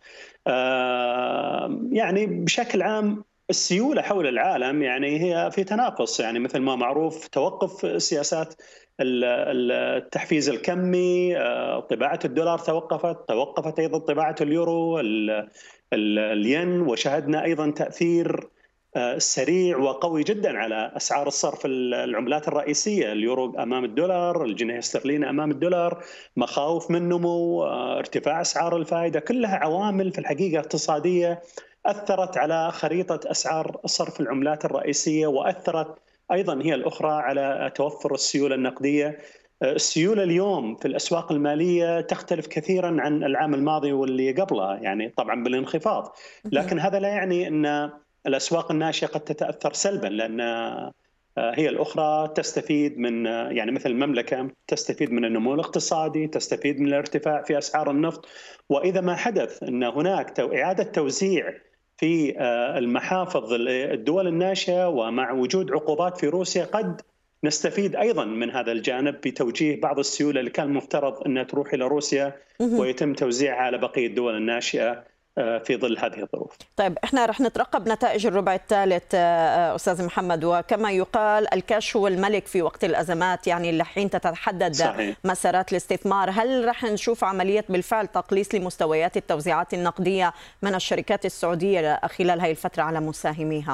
[SPEAKER 5] يعني بشكل عام السيولة حول العالم يعني هي في تناقص، يعني مثل ما معروف توقف سياسات التحفيز الكمي، طباعة الدولار توقفت أيضا طباعة اليورو، الين، وشهدنا أيضا تأثير سريع وقوي جدا على أسعار الصرف العملات الرئيسية، اليورو أمام الدولار، الجنيه الاسترليني أمام الدولار، مخاوف من نمو، ارتفاع أسعار الفائدة، كلها عوامل في الحقيقة اقتصادية أثرت على خريطة أسعار صرف العملات الرئيسية، وأثرت أيضا هي الأخرى على توفر السيولة النقدية. السيولة اليوم في الأسواق المالية تختلف كثيرا عن العام الماضي واللي قبله، يعني طبعا بالانخفاض، لكن هذا لا يعني أن الأسواق الناشئة قد تتأثر سلبا، لأن هي الأخرى تستفيد من يعني مثل المملكة تستفيد من النمو الاقتصادي، تستفيد من الارتفاع في أسعار النفط، وإذا ما حدث أن هناك إعادة توزيع في المحافظ الدول الناشئة ومع وجود عقوبات في روسيا قد نستفيد أيضا من هذا الجانب بتوجيه بعض السيولة اللي كان مفترض أنها تروح إلى روسيا ويتم توزيعها على بقية الدول الناشئة في ظل هذه الظروف.
[SPEAKER 4] طيب احنا رح نترقب نتائج الربع الثالث استاذ محمد، وكما يقال الكاش هو الملك في وقت الازمات، يعني لحين تتحدد صحيح. مسارات الاستثمار. هل رح نشوف عمليه بالفعل تقليص لمستويات التوزيعات النقديه من الشركات السعوديه خلال هذه الفتره على مساهميها؟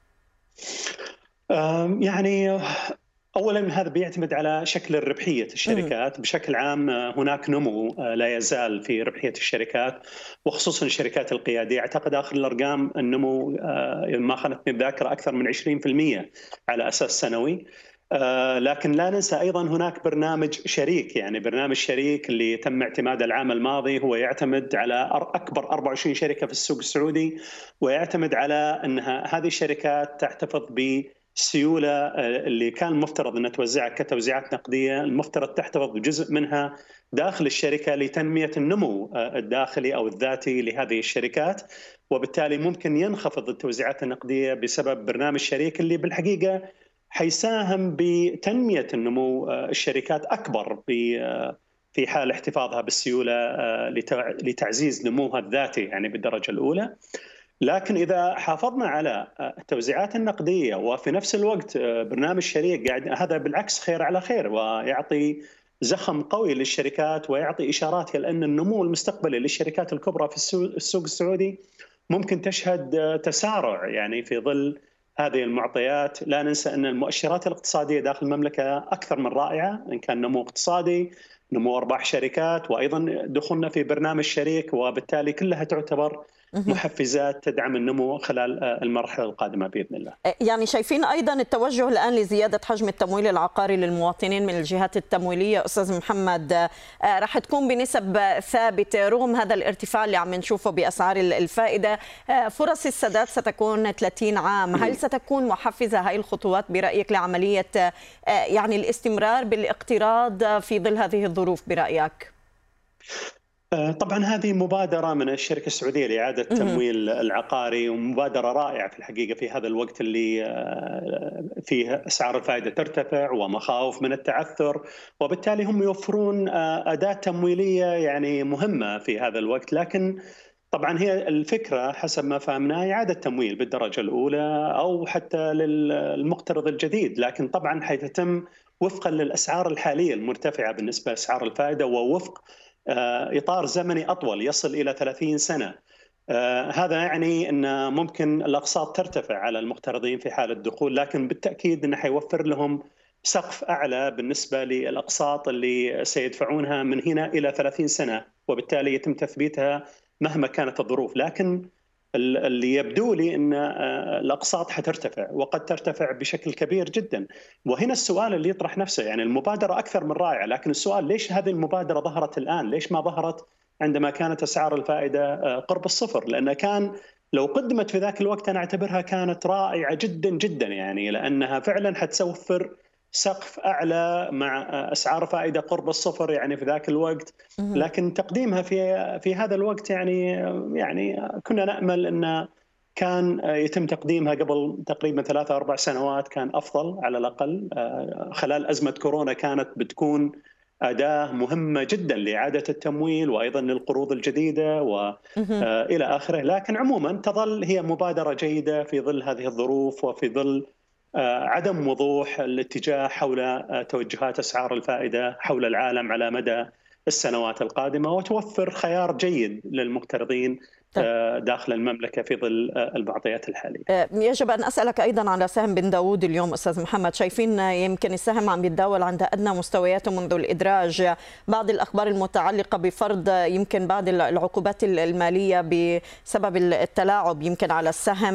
[SPEAKER 5] يعني اولا هذا بيعتمد على شكل ربحيه الشركات. بشكل عام هناك نمو لا يزال في ربحيه الشركات، وخصوصا الشركات القياديه. اعتقد اخر الارقام النمو ما خانتني الذاكره اكثر من 20% على اساس سنوي. لكن لا ننسى ايضا هناك برنامج شريك، يعني برنامج شريك اللي تم اعتماده العام الماضي، هو يعتمد على اكبر 24 شركه في السوق السعودي، ويعتمد على انها هذه الشركات تحتفظ بالسيوله اللي كان المفترض انها توزعها كتوزيعات نقديه، المفترض تحتفظ بجزء منها داخل الشركه لتنميه النمو الداخلي او الذاتي لهذه الشركات، وبالتالي ممكن ينخفض التوزيعات النقديه بسبب برنامج شريك اللي بالحقيقه حيساهم بتنمية النمو الشركات أكبر في حال احتفاظها بالسيولة لتعزيز نموها الذاتي يعني بالدرجة الأولى. لكن إذا حافظنا على التوزيعات النقدية وفي نفس الوقت برنامج شريك، قاعد هذا بالعكس خير على خير، ويعطي زخم قوي للشركات ويعطي إشارات إلى أن النمو المستقبلي للشركات الكبرى في السوق السعودي ممكن تشهد تسارع يعني في ظل هذه المعطيات. لا ننسى أن المؤشرات الاقتصادية داخل المملكة أكثر من رائعة، إن كان نمو اقتصادي، نمو أرباح شركات، وأيضا دخولنا في برنامج شريك، وبالتالي كلها تعتبر محفزات تدعم النمو خلال المرحلة القادمة بإذن الله.
[SPEAKER 4] يعني شايفين أيضا التوجه الآن لزيادة حجم التمويل العقاري للمواطنين من الجهات التمويلية أستاذ محمد، راح تكون بنسب ثابتة رغم هذا الارتفاع اللي عم نشوفه بأسعار الفائدة. فرص السداد ستكون 30 عام، هل ستكون محفزة هاي الخطوات برأيك لعملية يعني الاستمرار بالاقتراض في ظل هذه الظروف برأيك؟
[SPEAKER 5] طبعا هذه مبادرة من الشركة السعودية لإعادة التمويل العقاري، ومبادرة رائعة في الحقيقة في هذا الوقت اللي فيه أسعار الفائدة ترتفع ومخاوف من التعثر، وبالتالي هم يوفرون أداة تمويلية يعني مهمة في هذا الوقت. لكن طبعا هي الفكرة حسب ما فهمنا إعادة تمويل بالدرجة الأولى أو حتى للمقترض الجديد، لكن طبعا حيتم وفقا للأسعار الحالية المرتفعة بالنسبة لأسعار الفائدة، ووفق إطار زمني أطول يصل إلى 30 سنة. هذا يعني أن ممكن الأقساط ترتفع على المقترضين في حال الدخول، لكن بالتأكيد أنه حيوفر لهم سقف أعلى بالنسبة للأقساط اللي سيدفعونها من هنا إلى 30 سنة، وبالتالي يتم تثبيتها مهما كانت الظروف. لكن اللي يبدو لي أن الأقساط حترتفع وقد ترتفع بشكل كبير جدا. وهنا السؤال اللي يطرح نفسه، يعني المبادرة أكثر من رائعة، لكن السؤال ليش هذه المبادرة ظهرت الآن؟ ليش ما ظهرت عندما كانت أسعار الفائدة قرب الصفر؟ لأن كان لو قدمت في ذاك الوقت أنا أعتبرها كانت رائعة جدا جدا، يعني لأنها فعلا حتوفر سقف أعلى مع أسعار فائدة قرب الصفر يعني في ذاك الوقت. لكن تقديمها في هذا الوقت يعني كنا نأمل أن كان يتم تقديمها قبل تقريبا 3 أو 4 سنوات، كان أفضل على الأقل. خلال أزمة كورونا كانت بتكون أداة مهمة جدا لإعادة التمويل وأيضا للقروض الجديدة وإلى آخره. لكن عموما تظل هي مبادرة جيدة في ظل هذه الظروف وفي ظل عدم وضوح الاتجاه حول توجهات أسعار الفائدة حول العالم على مدى السنوات القادمة، وتوفر خيار جيد للمقترضين داخل المملكة في ظل المعطيات الحالية.
[SPEAKER 4] يجب أن أسألك أيضا على سهم بن داوود اليوم أستاذ محمد، شايفين يمكن السهم عم يتداول عند أدنى مستوياته منذ الإدراج، بعض الأخبار المتعلقة بفرض يمكن بعض العقوبات المالية بسبب التلاعب يمكن على السهم،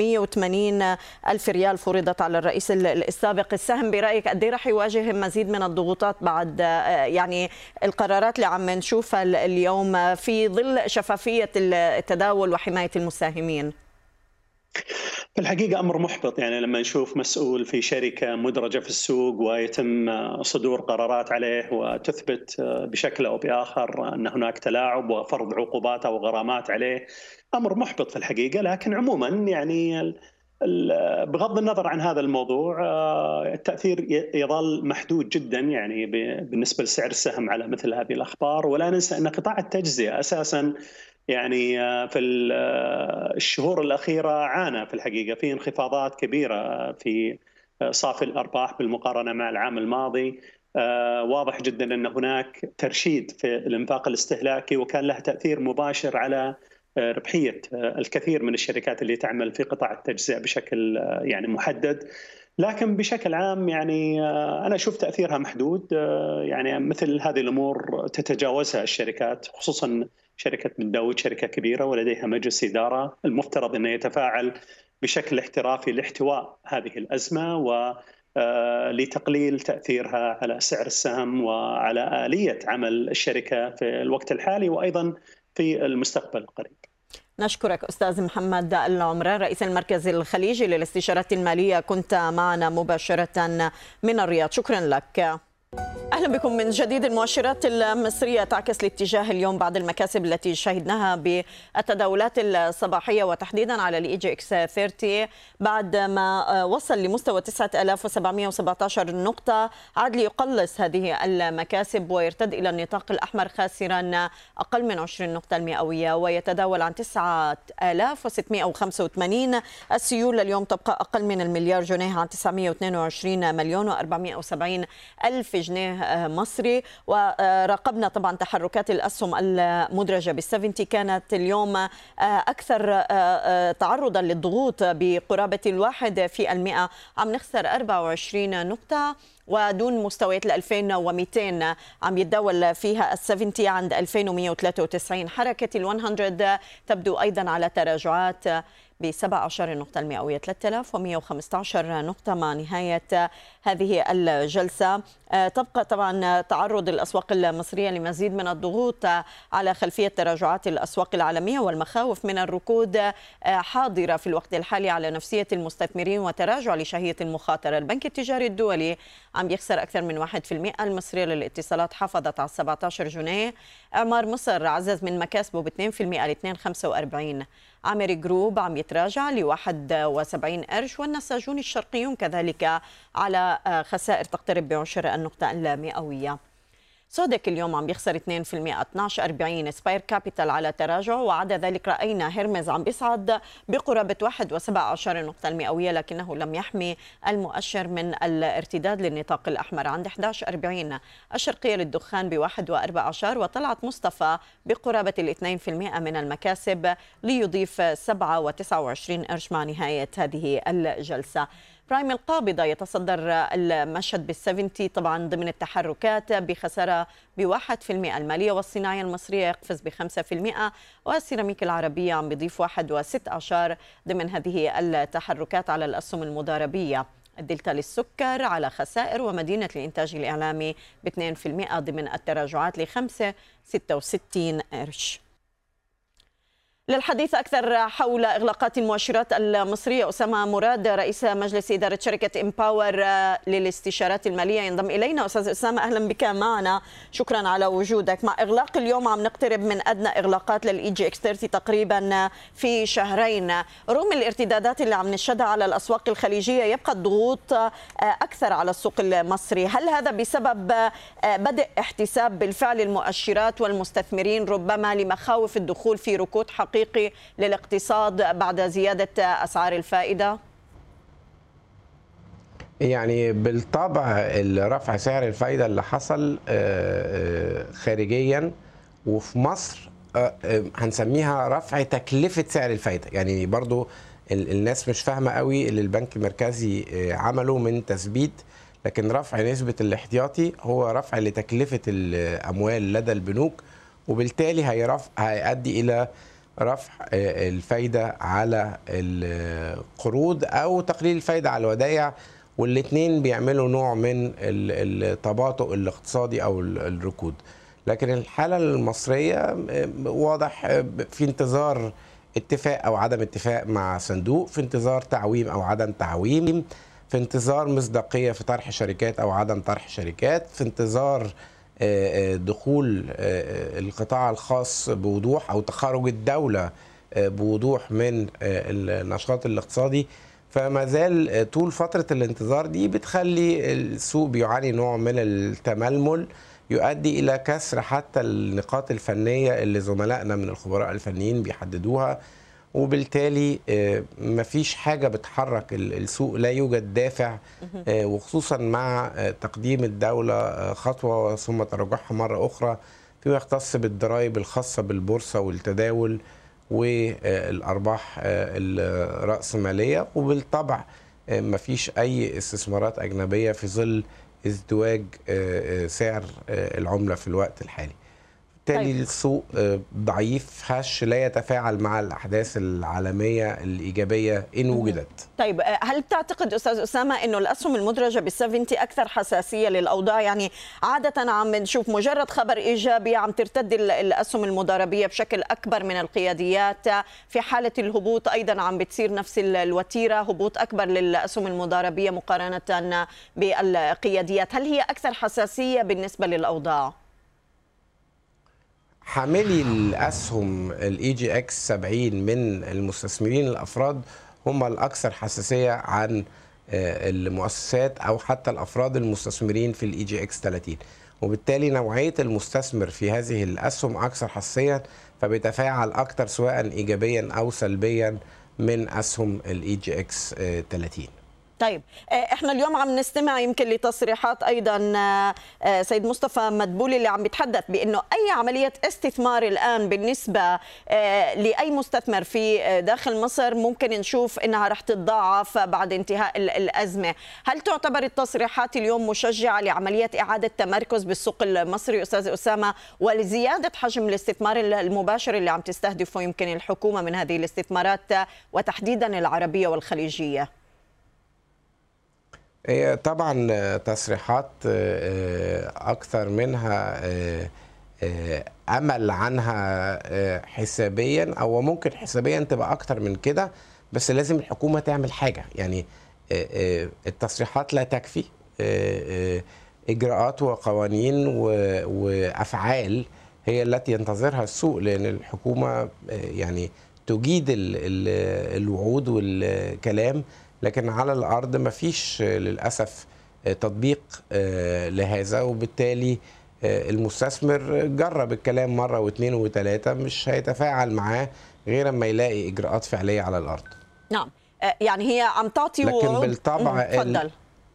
[SPEAKER 4] 180 ألف ريال فرضت على الرئيس السابق. السهم برأيك قد ايه رح يواجه مزيد من الضغوطات بعد يعني القرارات اللي عم نشوفها اليوم في ظل شفافية التداول وحماية المساهمين؟
[SPEAKER 5] في الحقيقة أمر محبط، يعني لما نشوف مسؤول في شركة مدرجة في السوق ويتم صدور قرارات عليه وتثبت بشكل أو بآخر أن هناك تلاعب وفرض عقوبات أو غرامات عليه، أمر محبط في الحقيقة. لكن عموما يعني بغض النظر عن هذا الموضوع التأثير يظل محدود جدا يعني بالنسبة لسعر السهم على مثل هذه الأخبار. ولا ننسى أن قطاع التجزئة أساسا يعني في الشهور الأخيرة عانى في الحقيقة، في انخفاضات كبيرة في صافي الأرباح بالمقارنة مع العام الماضي. واضح جدا أن هناك ترشيد في الإنفاق الاستهلاكي، وكان له تأثير مباشر على ربحية الكثير من الشركات اللي تعمل في قطاع التجزئة بشكل يعني محدد. لكن بشكل عام يعني أنا أشوف تأثيرها محدود. يعني مثل هذه الأمور تتجاوزها الشركات، خصوصا شركة بن داود شركة كبيرة ولديها مجلس إدارة المفترض أنه يتفاعل بشكل احترافي لاحتواء هذه الأزمة ولتقليل تأثيرها على سعر السهم وعلى آلية عمل الشركة في الوقت الحالي وأيضا في المستقبل القريب.
[SPEAKER 4] نشكرك أستاذ محمد العمران رئيس المركز الخليجي للاستشارات المالية، كنت معنا مباشرة من الرياض. شكرا لك. أهلا بكم من جديد. المؤشرات المصرية تعكس الاتجاه اليوم بعد المكاسب التي شهدناها بالتداولات الصباحية، وتحديدا على الاي جي اكس 30 بعد ما وصل لمستوى 9717 نقطة، عاد ليقلص هذه المكاسب ويرتد إلى النطاق الأحمر خاسرا أقل من 20 نقطة المئوية، ويتداول عن 9685. السيولة اليوم تبقى أقل من المليار جنيه عن 922 مليون و470 ألف جنيه مصري. وراقبنا طبعا تحركات الأسهم المدرجة بال70 كانت اليوم أكثر تعرضا للضغوط بقرابة 1%، عم نخسر 24 نقطة ودون مستويات 2200 عم يتداول فيها ال70 عند 2193. حركة ال100 تبدو أيضا على تراجعات ب17 نقطة المئوية، 3115 نقطة مع نهاية هذه الجلسة. تبقى طبعا تعرض الأسواق المصرية لمزيد من الضغوط على خلفية تراجعات الأسواق العالمية، والمخاوف من الركود حاضرة في الوقت الحالي على نفسية المستثمرين وتراجع لشهية المخاطرة. البنك التجاري الدولي عم يخسر أكثر من 1%. المصرية للاتصالات حافظت على 17 جنيه. إعمار مصر عزز من مكاسبه ب2% ل 2.45. عامري جروب عم يتراجع ل 71 قرش، والنساجون الشرقيون كذلك على خسائر تقترب بعشر النقطة المئوية. سودك اليوم عم يخسر 2% 12.40. سباير كابيتال على تراجع، وعدا ذلك رأينا هيرمز عم بيصعد بقرابة 1.17 نقطة المئوية، لكنه لم يحمي المؤشر من الارتداد للنطاق الأحمر عند 11.40. الشرقية للدخان ب1.14، وطلعت مصطفى بقرابة 2% من المكاسب ليضيف 7.29 قرش مع نهاية هذه الجلسة. برايم القابضة يتصدر المشهد بال70 طبعا ضمن التحركات بخسارة ب1%. المالية والصناعية المصرية يقفز ب5%، والسيراميك العربية عم بيضيف 1.16 ضمن هذه التحركات على الأسهم المضاربية. الدلتا للسكر على خسائر، ومدينة الإنتاج الإعلامي ب2% ضمن التراجعات ل5.66 قرش. للحديث أكثر حول إغلاقات المؤشرات المصرية، أسامة مراد رئيس مجلس إدارة شركة إمباور للاستشارات المالية ينضم إلينا. أستاذ أسامة أهلا بك معنا، شكرا على وجودك. مع إغلاق اليوم عم نقترب من أدنى إغلاقات للإي جي إكس 30 تقريبا في شهرين. رغم الارتدادات اللي عم نشهدها على الأسواق الخليجية، يبقى الضغوط أكثر على السوق المصري. هل هذا بسبب بدء احتساب بالفعل المؤشرات والمستثمرين ربما لمخاوف الدخول في ركود حقيقي للاقتصاد بعد زيادة أسعار الفائدة؟
[SPEAKER 6] يعني بالطبع رفع سعر الفائدة اللي حصل خارجيا وفي مصر هنسميها رفع تكلفة سعر الفائدة. يعني برضو الناس مش فاهمة قوي اللي البنك المركزي عمله من تثبيت، لكن رفع نسبة الاحتياطي هو رفع لتكلفة الأموال لدى البنوك، وبالتالي هيؤدي إلى رفع الفايدة على القروض أو تقليل الفايدة على الودائع، والاثنين بيعملوا نوع من التباطؤ الاقتصادي أو الركود. لكن الحالة المصرية واضح في انتظار اتفاق أو عدم اتفاق مع صندوق، في انتظار تعويم أو عدم تعويم، في انتظار مصداقية في طرح شركات أو عدم طرح شركات، في انتظار دخول القطاع الخاص بوضوح أو تخرج الدولة بوضوح من النشاط الاقتصادي. فما زال طول فترة الانتظار دي بتخلي السوق بيعاني نوع من التململ، يؤدي إلى كسر حتى النقاط الفنية اللي زملائنا من الخبراء الفنيين بيحددوها، وبالتالي مفيش حاجة بتحرك السوق، لا يوجد دافع، وخصوصا مع تقديم الدولة خطوة ثم تراجعها مرة أخرى فيما يختص بالضرائب الخاصة بالبورصة والتداول والأرباح الرأسمالية. وبالطبع مفيش أي استثمارات أجنبية في ظل ازدواج سعر العملة في الوقت الحالي. بالتالي طيب. السوق ضعيف هش لا يتفاعل مع الأحداث العالمية الإيجابية إن وجدت.
[SPEAKER 4] طيب هل تعتقد أستاذ أسامة أنه الأسهم المدرجة بالسفنتي أكثر حساسية للأوضاع؟ يعني عادة عم نشوف مجرد خبر إيجابي عم ترتد الأسهم المضاربية بشكل أكبر من القياديات، في حالة الهبوط أيضا عم بتصير نفس الوتيرة، هبوط أكبر للأسهم المضاربية مقارنة بالقياديات. هل هي أكثر حساسية بالنسبة للأوضاع؟
[SPEAKER 6] حاملي الأسهم الاي جي اكس 70 من المستثمرين الأفراد هم الأكثر حساسية عن المؤسسات أو حتى الأفراد المستثمرين في الاي جي اكس 30، وبالتالي نوعية المستثمر في هذه الأسهم أكثر حساسية، فبيتفاعل أكثر سواء إيجابيا أو سلبيا من أسهم الاي جي اكس 30.
[SPEAKER 4] طيب احنا اليوم عم نستمع يمكن لتصريحات ايضا سيد مصطفى مدبولي اللي عم بيتحدث بانه اي عمليه استثمار الان بالنسبه لاي مستثمر في داخل مصر ممكن نشوف انها رح تتضاعف بعد انتهاء الازمه. هل تعتبر التصريحات اليوم مشجعه لعمليه اعاده تمركز بالسوق المصري استاذ اسامه ولزياده حجم الاستثمار المباشر اللي عم تستهدفه يمكن الحكومه من هذه الاستثمارات وتحديدا العربيه والخليجيه؟
[SPEAKER 6] هي طبعا تصريحات أكثر منها أمل عنها حسابيا، أو ممكن حسابيا تبقى أكتر من كده، بس لازم الحكومة تعمل حاجة. يعني التصريحات لا تكفي، إجراءات وقوانين وأفعال هي التي ينتظرها السوق، لأن الحكومة يعني تجيد الوعود والكلام، لكن على الأرض ما فيش للأسف تطبيق لهذا، وبالتالي المستثمر جرب الكلام مرة واثنين وثلاثة مش هيتفاعل معاه غير ما يلاقي إجراءات فعلية على الأرض.
[SPEAKER 4] نعم، يعني هي عم تعطي وعود.
[SPEAKER 6] لكن بالطبع
[SPEAKER 4] تفضل.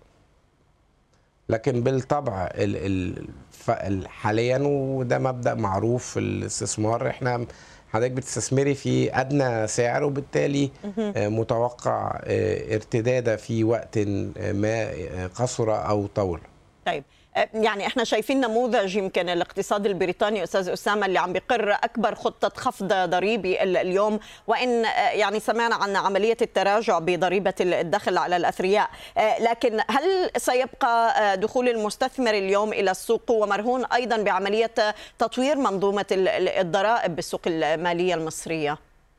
[SPEAKER 6] لكن بالطبع حاليا، وده مبدأ معروف في الاستثمار، احنا حضرتك بتستثمري في أدنى سعر، وبالتالي متوقع ارتداد في وقت ما قصر أو طول.
[SPEAKER 4] طيب يعني احنا شايفين نموذج يمكن الاقتصاد البريطاني استاذ اسامه اللي عم بيقر اكبر خطه خفض ضريبي اليوم، وان يعني سمعنا عن عمليه التراجع بضريبه الدخل على الاثرياء، لكن هل سيبقى دخول المستثمر اليوم الى السوق ومرهون ايضا بعمليه تطوير منظومه الضرائب بالسوق الماليه المصريه؟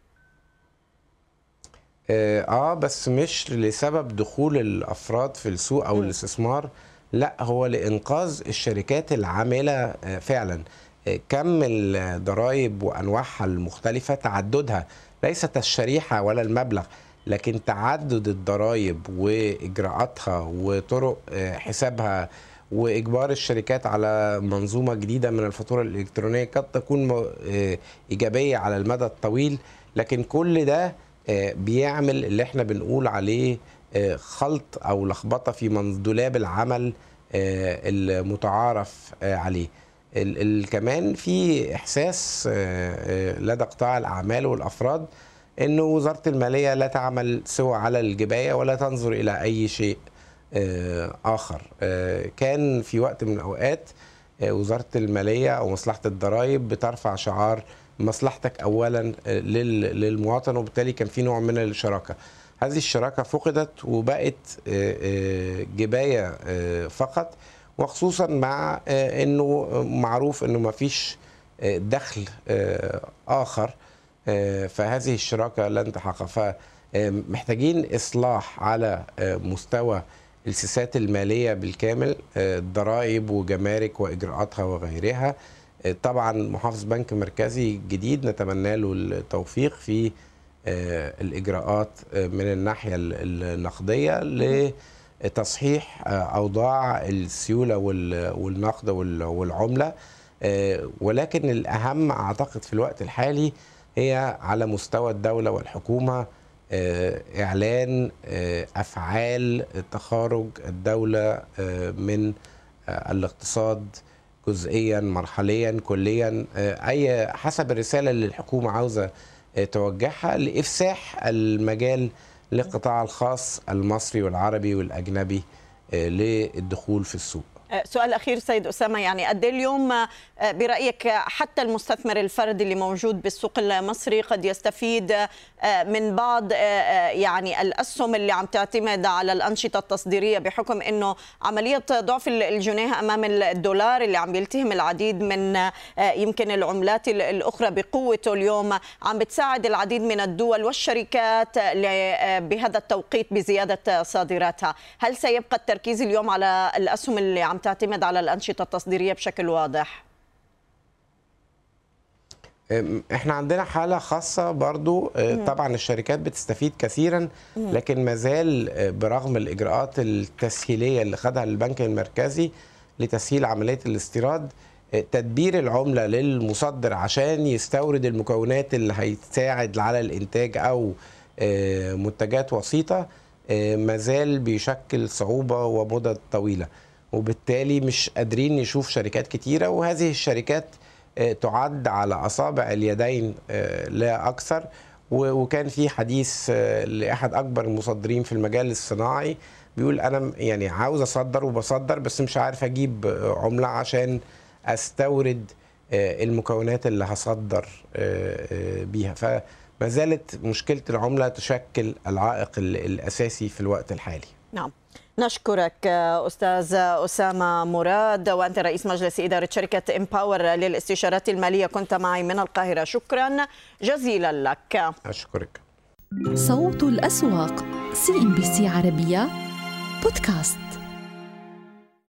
[SPEAKER 6] بس مش لسبب دخول الافراد في السوق او الاستثمار، لا، هو لإنقاذ الشركات العاملة فعلا. كم الضرائب وأنواعها المختلفة، تعددها، ليست الشريحة ولا المبلغ، لكن تعدد الضرائب وإجراءاتها وطرق حسابها وإجبار الشركات على منظومة جديدة من الفاتورة الإلكترونية قد تكون إيجابية على المدى الطويل، لكن كل ده بيعمل اللي احنا بنقول عليه خلط أو لخبطة في دولاب العمل المتعارف عليه. كمان في إحساس لدى قطاع الأعمال والأفراد أن وزارة المالية لا تعمل سوى على الجباية ولا تنظر إلى أي شيء آخر. كان في وقت من الأوقات وزارة المالية أو مصلحة الضرائب بترفع شعار مصلحتك أولا للمواطن، وبالتالي كان في نوع من الشراكة. هذه الشراكة فقدت وبقت جباية فقط، وخصوصا مع أنه معروف أنه ما فيش دخل آخر، فهذه الشراكة لن تحقق. فمحتاجين إصلاح على مستوى السياسات المالية بالكامل، الضرائب وجمارك وإجراءاتها وغيرها. طبعا محافظ بنك مركزي جديد نتمنى له التوفيق في الإجراءات من الناحية النقدية تصحيح أوضاع السيولة والنقد والعملة. ولكن الأهم أعتقد في الوقت الحالي هي على مستوى الدولة والحكومة إعلان أفعال تخارج الدولة من الاقتصاد جزئيا، مرحليا، كليا، أي حسب الرسالة اللي الحكومة عاوزة توجهها لإفساح المجال للقطاع الخاص المصري والعربي والأجنبي للدخول في السوق.
[SPEAKER 4] سؤال أخير سيد أسامة، يعني قد اليوم برأيك حتى المستثمر الفردي اللي موجود بالسوق المصري قد يستفيد من بعض يعني الأسهم اللي عم تعتمد على الأنشطة التصديرية، بحكم أنه عملية ضعف الجنيه أمام الدولار اللي عم يلتهم العديد من يمكن العملات الأخرى بقوته اليوم، عم بتساعد العديد من الدول والشركات بهذا التوقيت بزيادة صادراتها. هل سيبقى التركيز اليوم على الأسهم اللي عم تعتمد على الأنشطة التصديرية بشكل واضح؟
[SPEAKER 6] احنا عندنا حالة خاصة برضو. طبعا الشركات بتستفيد كثيرا، لكن مازال برغم الإجراءات التسهيلية اللي خدها البنك المركزي لتسهيل عملية الاستيراد، تدبير العملة للمصدر عشان يستورد المكونات اللي هيتساعد على الإنتاج أو منتجات وسيطة مازال بيشكل صعوبة ومدة طويلة، وبالتالي مش قادرين نشوف شركات كتيرة، وهذه الشركات تعد على أصابع اليدين لا أكثر. وكان في حديث لأحد أكبر المصدرين في المجال الصناعي بيقول أنا يعني عاوز أصدر وبصدر بس مش عارف أجيب عملة عشان أستورد المكونات اللي هصدر بيها، فما زالت مشكلة العملة تشكل العائق الأساسي في الوقت الحالي.
[SPEAKER 4] نعم، نشكرك أستاذ أسامة مراد، وأنت رئيس مجلس إدارة شركة إمباور للاستشارات المالية، كنت معي من القاهرة. شكرا جزيلا لك.
[SPEAKER 6] أشكرك.
[SPEAKER 1] صوت الأسواق، CNBC عربية بودكاست.